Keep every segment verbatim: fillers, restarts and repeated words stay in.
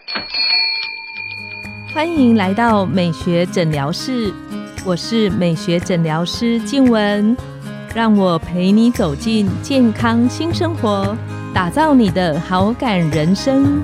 欢迎来到美学诊疗室，我是美学诊疗师静雯，让我陪你走进健康新生活，打造你的好感人生。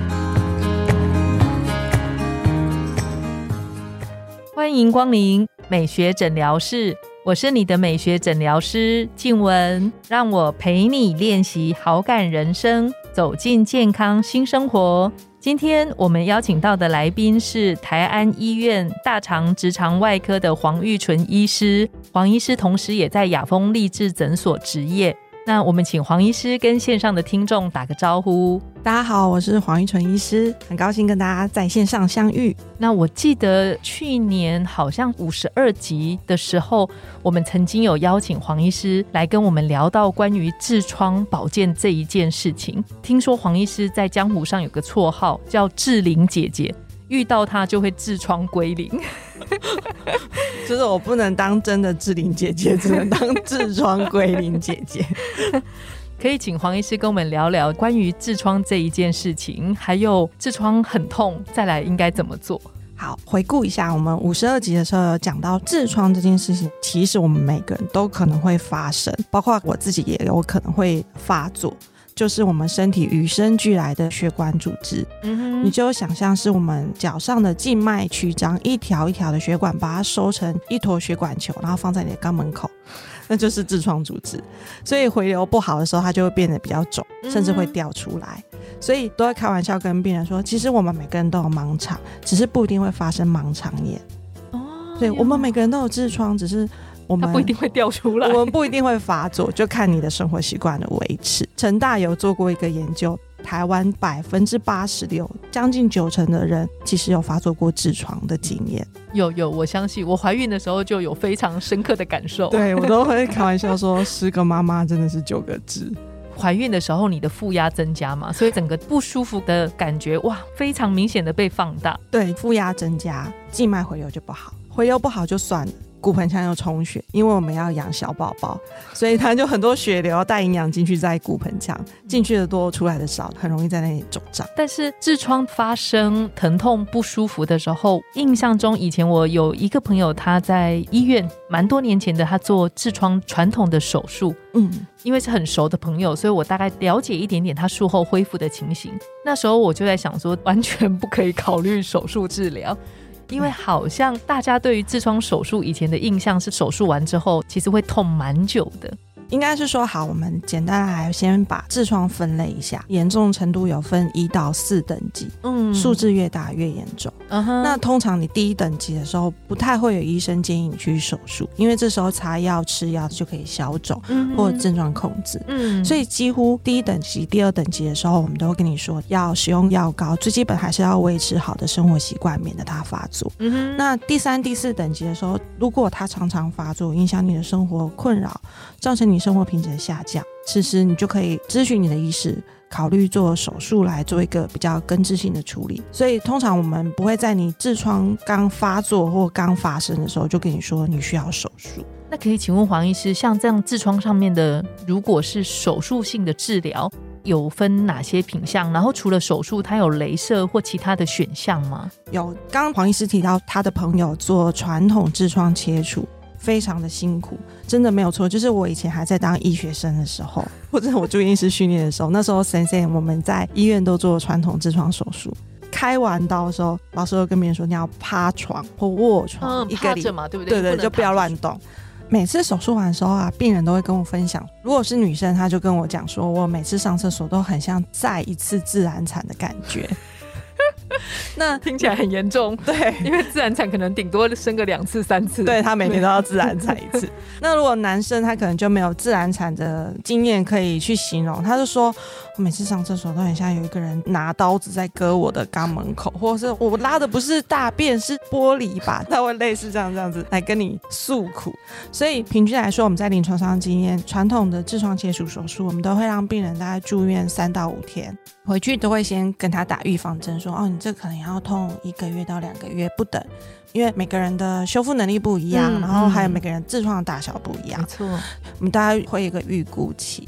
欢迎光临美学诊疗室，我是你的美学诊疗师静雯，让我陪你练习好感人生，走进健康新生活。今天我们邀请到的来宾是台安医院大肠直肠外科的黄玉纯医师，黄医师同时也在雅丰立志诊所执业。那我们请黄医师跟线上的听众打个招呼。 大家好，我是黄玉纯医师，很高兴跟大家在线上相遇。 那我记得去年好像五十二集的时候，我们曾经有邀请黄医师来跟我们聊到关于痔疮保健这一件事情。听说黄医师在江湖上有个绰号叫痔零姐姐，遇到她就会痔疮归零。 就是我不能当真的痔零姐姐，只能当痔疮归零姐姐。 可以请黄医师跟我们聊聊关于痔疮这一件事情，还有痔疮很痛再来应该怎么做。 好，回顾一下，我们五十二集的时候有讲到痔疮这件事情，其实我们每个人都可能会发生，包括我自己也有可能会发作，就是我们身体与生俱来的血管组织、嗯、你就想象是我们脚上的静脉曲张，一条一条的血管把它收成一坨血管球，然后放在你的肛门口，那就是痔疮组织。所以回流不好的时候它就会变得比较肿，甚至会掉出来、嗯、所以都会开玩笑跟病人说，其实我们每个人都有盲肠，只是不一定会发生盲肠炎、哦、对，我们每个人都有痔疮，只是我们它不一定会掉出来， 我们不一定会发作，就看你的生活习惯的维持。成大有做过一个研究，台湾百分之八十六，将近九成的人其实有发作过痔疮的经验。 有有，我相信我怀孕的时候就有非常深刻的感受。 对，我都会开玩笑说，十个妈妈真的是九个痔。 怀孕的时候你的负压增加嘛，所以整个不舒服的感觉哇，非常明显的被放大。 对，负压增加，静脉回流就不好，回流不好就算了，骨盆腔又充血，因为我们要养小宝宝，所以它就很多血流带营养进去，在骨盆腔进去的多出来的少，很容易在那里肿胀。 但是痔疮发生疼痛不舒服的时候，印象中以前我有一个朋友，他在医院蛮多年前的，他做痔疮传统的手术，嗯，因为是很熟的朋友，所以我大概了解一点点他术后恢复的情形。那时候我就在想说，完全不可以考虑手术治疗，因为好像大家对于痔疮手术以前的印象是手术完之后其实会痛蛮久的。 应该是说，好，我们简单来先把痔疮分类一下，严重程度有分一到四等级，嗯，数字越大越严重、uh-huh. 那通常你第一等级的时候不太会有医生建议你去手术，因为这时候擦药吃药就可以消肿、嗯、或者症状控制、嗯、所以几乎第一等级第二等级的时候，我们都会跟你说要使用药膏，最基本还是要维持好的生活习惯，免得它发作、嗯、那第三第四等级的时候，如果它常常发作，影响你的生活困扰，造成你生活品质的下降，其实你就可以咨询你的医师，考虑做手术来做一个比较根治性的处理。所以通常我们不会在你痔疮刚发作或刚发生的时候就跟你说你需要手术。 那可以请问黄医师，像这样痔疮上面的，如果是手术性的治疗，有分哪些品项？然后除了手术，它有雷射或其他的选项吗？ 有，刚刚黄医师提到他的朋友做传统痔疮切除，非常的辛苦，真的没有错。就是我以前还在当医学生的时候，或者我住院医师训练的时候，那时候先生我们在医院都做传统痔疮手术，开完刀的时候，老师会跟别人说你要趴床或卧床、 嗯、一个趴着嘛，对不对？ 对对，就不要乱动。每次手术完的时候啊，病人都会跟我分享，如果是女生，她就跟我讲说，我每次上厕所都很像再一次自然产的感觉。 那听起来很严重， 对， 因为自然产可能顶多生个两次三次， 对，他每天都要自然产一次。那如果男生他可能就没有自然产的经验可以去形容，他就说我每次上厕所都很像有一个人拿刀子在割我的肛门口，或者是我拉的不是大便是玻璃吧，他会类似这样这样子来跟你诉苦。所以平均来说，我们在临床上经验，传统的痔疮切除手术我们都会让病人大概住院三到五天，回去都会先跟他打预防针，说哦，你这可能要痛一个月到两个月不等，因为每个人的修复能力不一样、嗯、然后还有每个人痔疮的大小不一样， 没错， 我们大概会有一个预估期。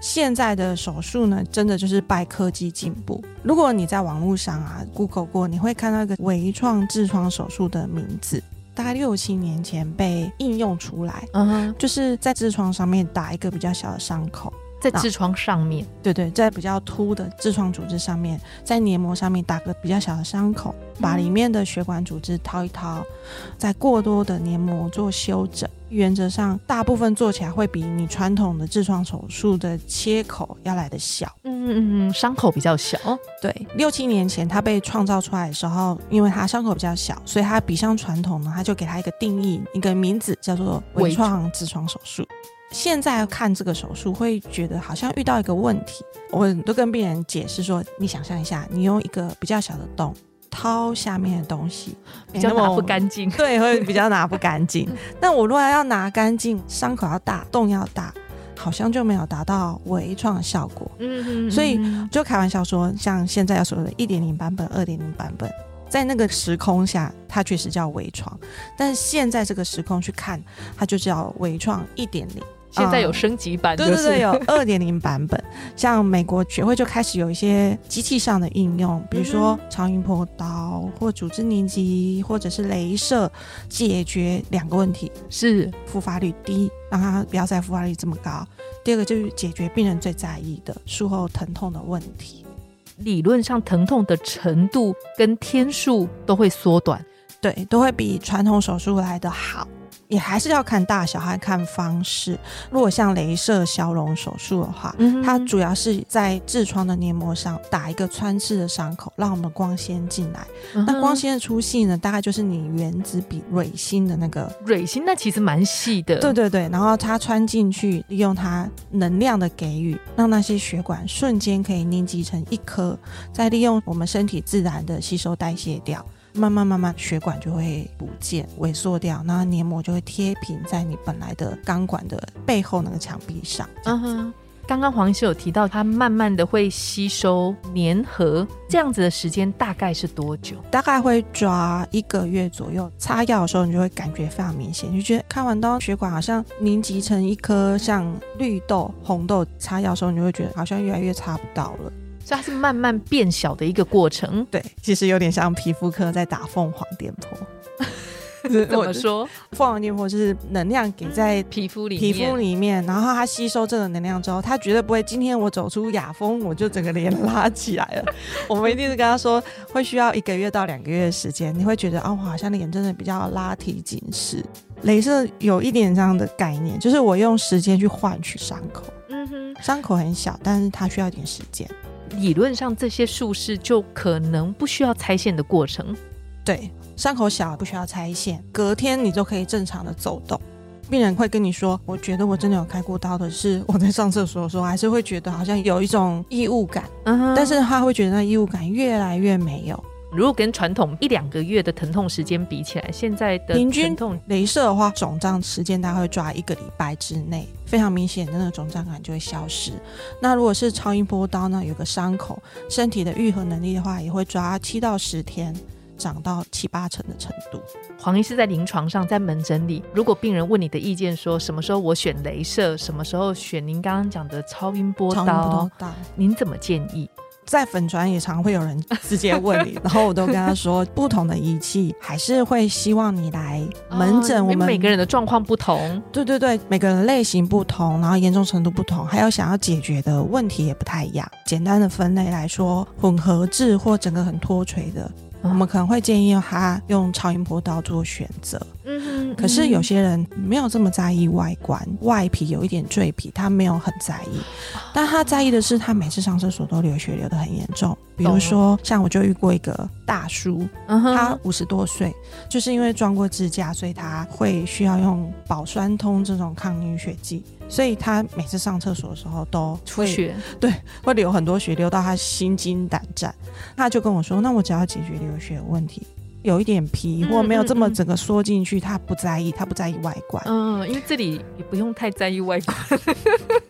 现在的手术呢，真的就是拜科技进步。如果你在网络上啊 Google 过，你会看到一个微创痔疮手术的名字，大概六七年前被应用出来，嗯、就是在痔疮上面打一个比较小的伤口， 在痔疮上面， 对对，在比较凸的痔疮组织上面，在黏膜上面打个比较小的伤口，把里面的血管组织掏一掏，在过多的黏膜做修整。原则上大部分做起来会比你传统的痔疮手术的切口要来的小， 嗯嗯嗯，伤口比较小。 对，六七年前它被创造出来的时候，因为它伤口比较小，所以它比上传统呢，它就给它一个定义，一个名字叫做微创痔疮手术。现在看这个手术会觉得好像遇到一个问题，我都跟病人解释说，你想象一下，你用一个比较小的洞掏下面的东西， 比较拿不干净， 对，会比较拿不干净。但我如果要拿干净，伤口要大，洞要大，好像就没有达到微创的效果。嗯嗯，所以就开玩笑说，像现在要说的 一点零 版本、二点零 版本，在那个时空下它确实叫微创，但是现在这个时空去看，它就叫微创 一点零。 现在有升级版、就是， 对对对，有 二点零 版本。像美国学会就开始有一些机器上的应用，比如说超音波刀或组织凝集或者是雷射，解决两个问题， 是复发率低，让它不要再复发率这么高。第二个就是解决病人最在意的术后疼痛的问题。 理论上疼痛的程度跟天数都会缩短， 对，都会比传统手术来的好。也还是要看大小还看方式。如果像雷射消融手术的话、嗯、它主要是在痔疮的黏膜上打一个穿刺的伤口，让我们光纤进来、嗯、那光纤的粗细呢，大概就是你原子笔蕊心的那个蕊心，那其实蛮细的， 对对对，然后它穿进去，利用它能量的给予，让那些血管瞬间可以凝集成一颗，再利用我们身体自然的吸收代谢掉，慢慢慢慢血管就会不见萎缩掉，然后黏膜就会贴平在你本来的钢管的背后那个墙壁上。嗯哼， 刚刚黄医师有提到它慢慢的会吸收粘合，这样子的时间大概是多久？ 大概会抓一个月左右。擦药的时候你就会感觉非常明显，就觉得开完刀血管好像凝集成一颗像绿豆红豆，擦药的时候你就会觉得好像越来越擦不到了， 所以它是慢慢变小的一个过程。 对，其实有点像皮肤科在打凤凰电波。 怎么说？ 凤凰电波就是能量给在皮肤里面， 皮肤里面，然后它吸收这个能量之后，它绝对不会今天我走出雅风我就整个脸拉起来了。我们一定是跟他说会需要一个月到两个月的时间，你会觉得哦，好像脸真的比较拉提紧实。雷射有一点这样的概念，就是我用时间去换取伤口。嗯哼，伤口很小，但是它需要一点时间。 理论上这些术式就可能不需要拆线的过程。 对，伤口小不需要拆线，隔天你就可以正常的走动。病人会跟你说，我觉得我真的有开过刀的是我在上厕所的时候还是会觉得好像有一种异物感、嗯、但是他会觉得那异物感越来越没有。 如果跟传统一两个月的疼痛时间比起来，现在的平均雷射的话肿胀时间大概会抓一个礼拜之内，非常明显的那个肿胀感就会消失。那如果是超音波刀呢，有个伤口，身体的愈合能力的话也会抓七到十天，长到七八成的程度。 黄医师在临床上，在门诊里，如果病人问你的意见说什么时候我选雷射，什么时候选您刚刚讲的超音波刀，超音波刀您怎么建议？ 在粉专也常会有人直接问你然后我都跟他说不同的仪器还是会希望你来门诊、哦、 我们每个人的状况不同， 对对对，每个人类型不同，然后严重程度不同，还有想要解决的问题也不太一样。简单的分类来说，混合质或整个很脱垂的，我们可能会建议他用超音波刀做选择。嗯哼，可是有些人没有这么在意外观，外皮有一点赘皮，他没有很在意，但他在意的是他每次上厕所都流血流得很严重。比如说像我就遇过一个大叔，他五十多岁，就是因为装过支架，所以他会需要用保酸通这种抗凝血剂，所以他每次上厕所的时候都出血， 对，会流很多血，流到他心惊胆战。他就跟我说，那我只要解决流血的问题，有一点皮或没有这么整个缩进去、嗯嗯嗯、他不在意，他不在意外观。 嗯，因为这里也不用太在意外观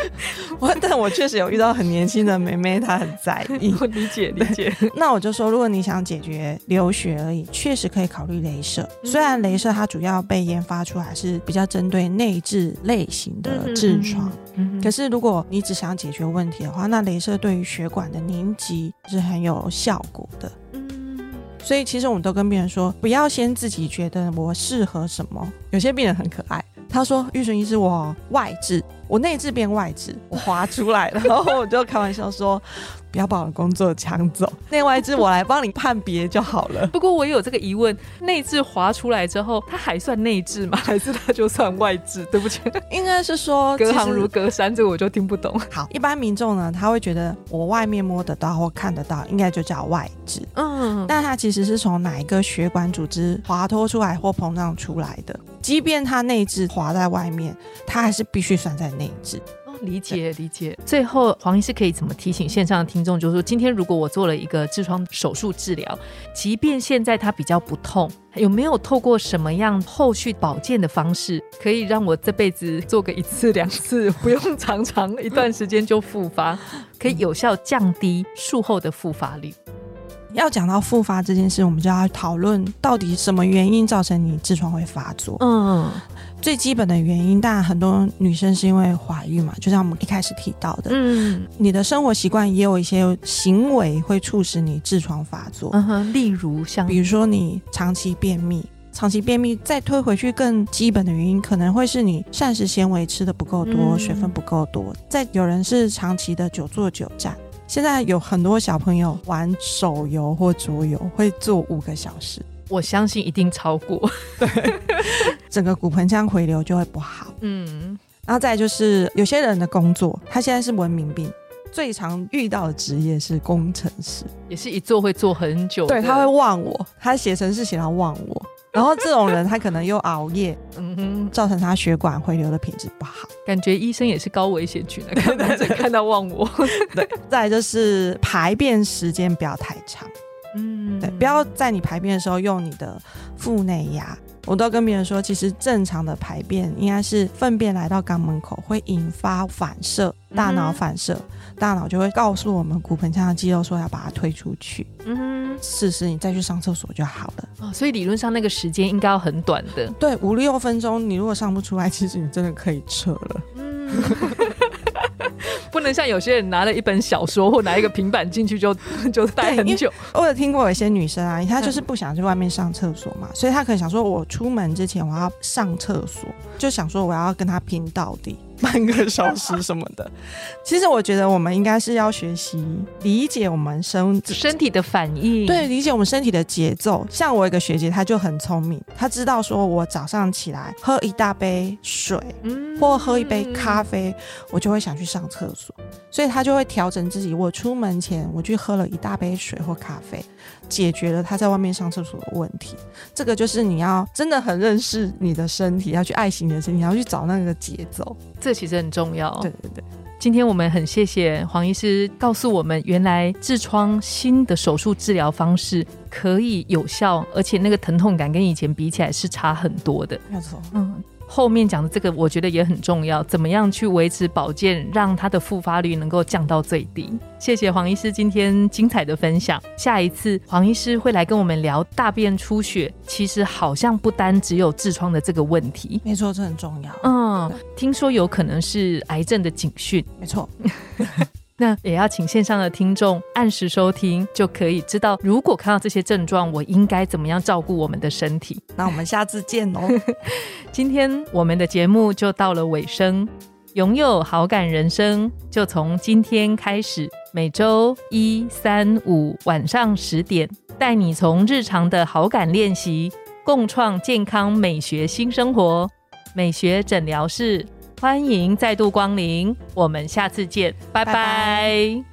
我但我确实有遇到很年轻的妹妹，她很在意。 我理解理解。 那我就说，如果你想解决流血而已，确实可以考虑雷射。嗯、虽然雷射它主要被研发出来是比较针对内痔类型的痔疮，嗯嗯、可是如果你只想解决问题的话，那雷射对于血管的凝集是很有效果的。所以其实我们都跟病人说，不要先自己觉得我适合什么。有些病人很可爱，他说玉纯医师，我外痔，我内痔变外痔，我滑出来了。然后我就开玩笑说，不要把我的工作抢走，内外痔我来帮你判别就好了。 不过我也有这个疑问，内痔滑出来之后它还算内痔吗？还是它就算外痔？对不起， 应该是说隔行如隔山，这个我就听不懂。 好，一般民众呢，他会觉得我外面摸得到或看得到应该就叫外痔，嗯，但它其实是从哪一个血管组织滑脱出来或膨胀出来的，即便它内痔滑在外面，它还是必须算在内痔。 理解理解。最后黄医师可以怎么提醒线上的听众，就是说今天如果我做了一个痔疮手术治疗，即便现在它比较不痛，有没有透过什么样后续保健的方式可以让我这辈子做个一次两次，不用常常一段时间就复发，可以有效降低术后的复发率？ 要讲到复发这件事，我们就要讨论到底什么原因造成你痔疮会发作。嗯，最基本的原因，当然很多女生是因为怀孕嘛，就像我们一开始提到的，嗯，你的生活习惯也有一些行为会促使你痔疮发作。 嗯哼，例如像比如说你长期便秘，长期便秘再推回去更基本的原因，可能会是你膳食纤维吃的不够多，嗯、水分不够多。再有人是长期的久坐久站。现在有很多小朋友玩手游或桌游会坐五个小时， 我相信一定超过。 对，整个骨盆腔回流就会不好。嗯，然后再来就是有些人的工作，他现在是文明病，最常遇到的职业是工程师， 也是一坐会坐很久的。 对，他会忘我，他写程式写到忘我。然后这种人他可能又熬夜，嗯哼，造成他血管回流的品质不好。 感觉医生也是高危险群的，看到看到忘我。 对，再来就是排便时间不要太长，嗯，对，不要在你排便的时候用你的腹内压。我都跟别人说，其实正常的排便应该是粪便来到肛门口会引发反射，大脑反射，嗯、大脑就会告诉我们骨盆腔的肌肉说要把它推出去。嗯，试试你再去上厕所就好了。 哦，所以理论上那个时间应该要很短的。 对，五六分钟，你如果上不出来，其实你真的可以撤了。嗯。 不能像有些人拿了一本小说或拿一个平板进去就就待很久。 我有听过有些女生啊，她就是不想去外面上厕所嘛，嗯、所以她可能想说，我出门之前我要上厕所，就想说我要跟她拼到底。半个小时什么的。其实我觉得我们应该是要学习理解我们身身体的反应， 对，理解我们身体的节奏。像我有一个学姐，她就很聪明，她知道说我早上起来喝一大杯水、嗯、或喝一杯咖啡，我就会想去上厕所，所以她就会调整自己，我出门前我去喝了一大杯水或咖啡，解决了她在外面上厕所的问题。这个就是你要真的很认识你的身体，要去爱惜你的身体，要去找那个节奏， 这其实很重要。 对对对， 今天我们很谢谢黄医师告诉我们，原来痔疮新的手术治疗方式可以有效，而且那个疼痛感跟以前比起来是差很多的。 没错， 嗯。后面讲的这个我觉得也很重要，怎么样去维持保健，让它的复发率能够降到最低。谢谢黄医师今天精彩的分享。下一次黄医师会来跟我们聊大便出血，其实好像不单只有痔疮的这个问题。 没错，这很重要。 嗯，听说有可能是癌症的警讯。 没错。 那也要请线上的听众按时收听，就可以知道如果看到这些症状，我应该怎么样照顾我们的身体。 那我们下次见哦。 今天我们的节目就到了尾声，拥有好感人生就从今天开始，每周一、三、五晚上十点，带你从日常的好感练习，共创健康美学新生活。美学诊疗室，欢迎再度光临，我们下次见，拜拜。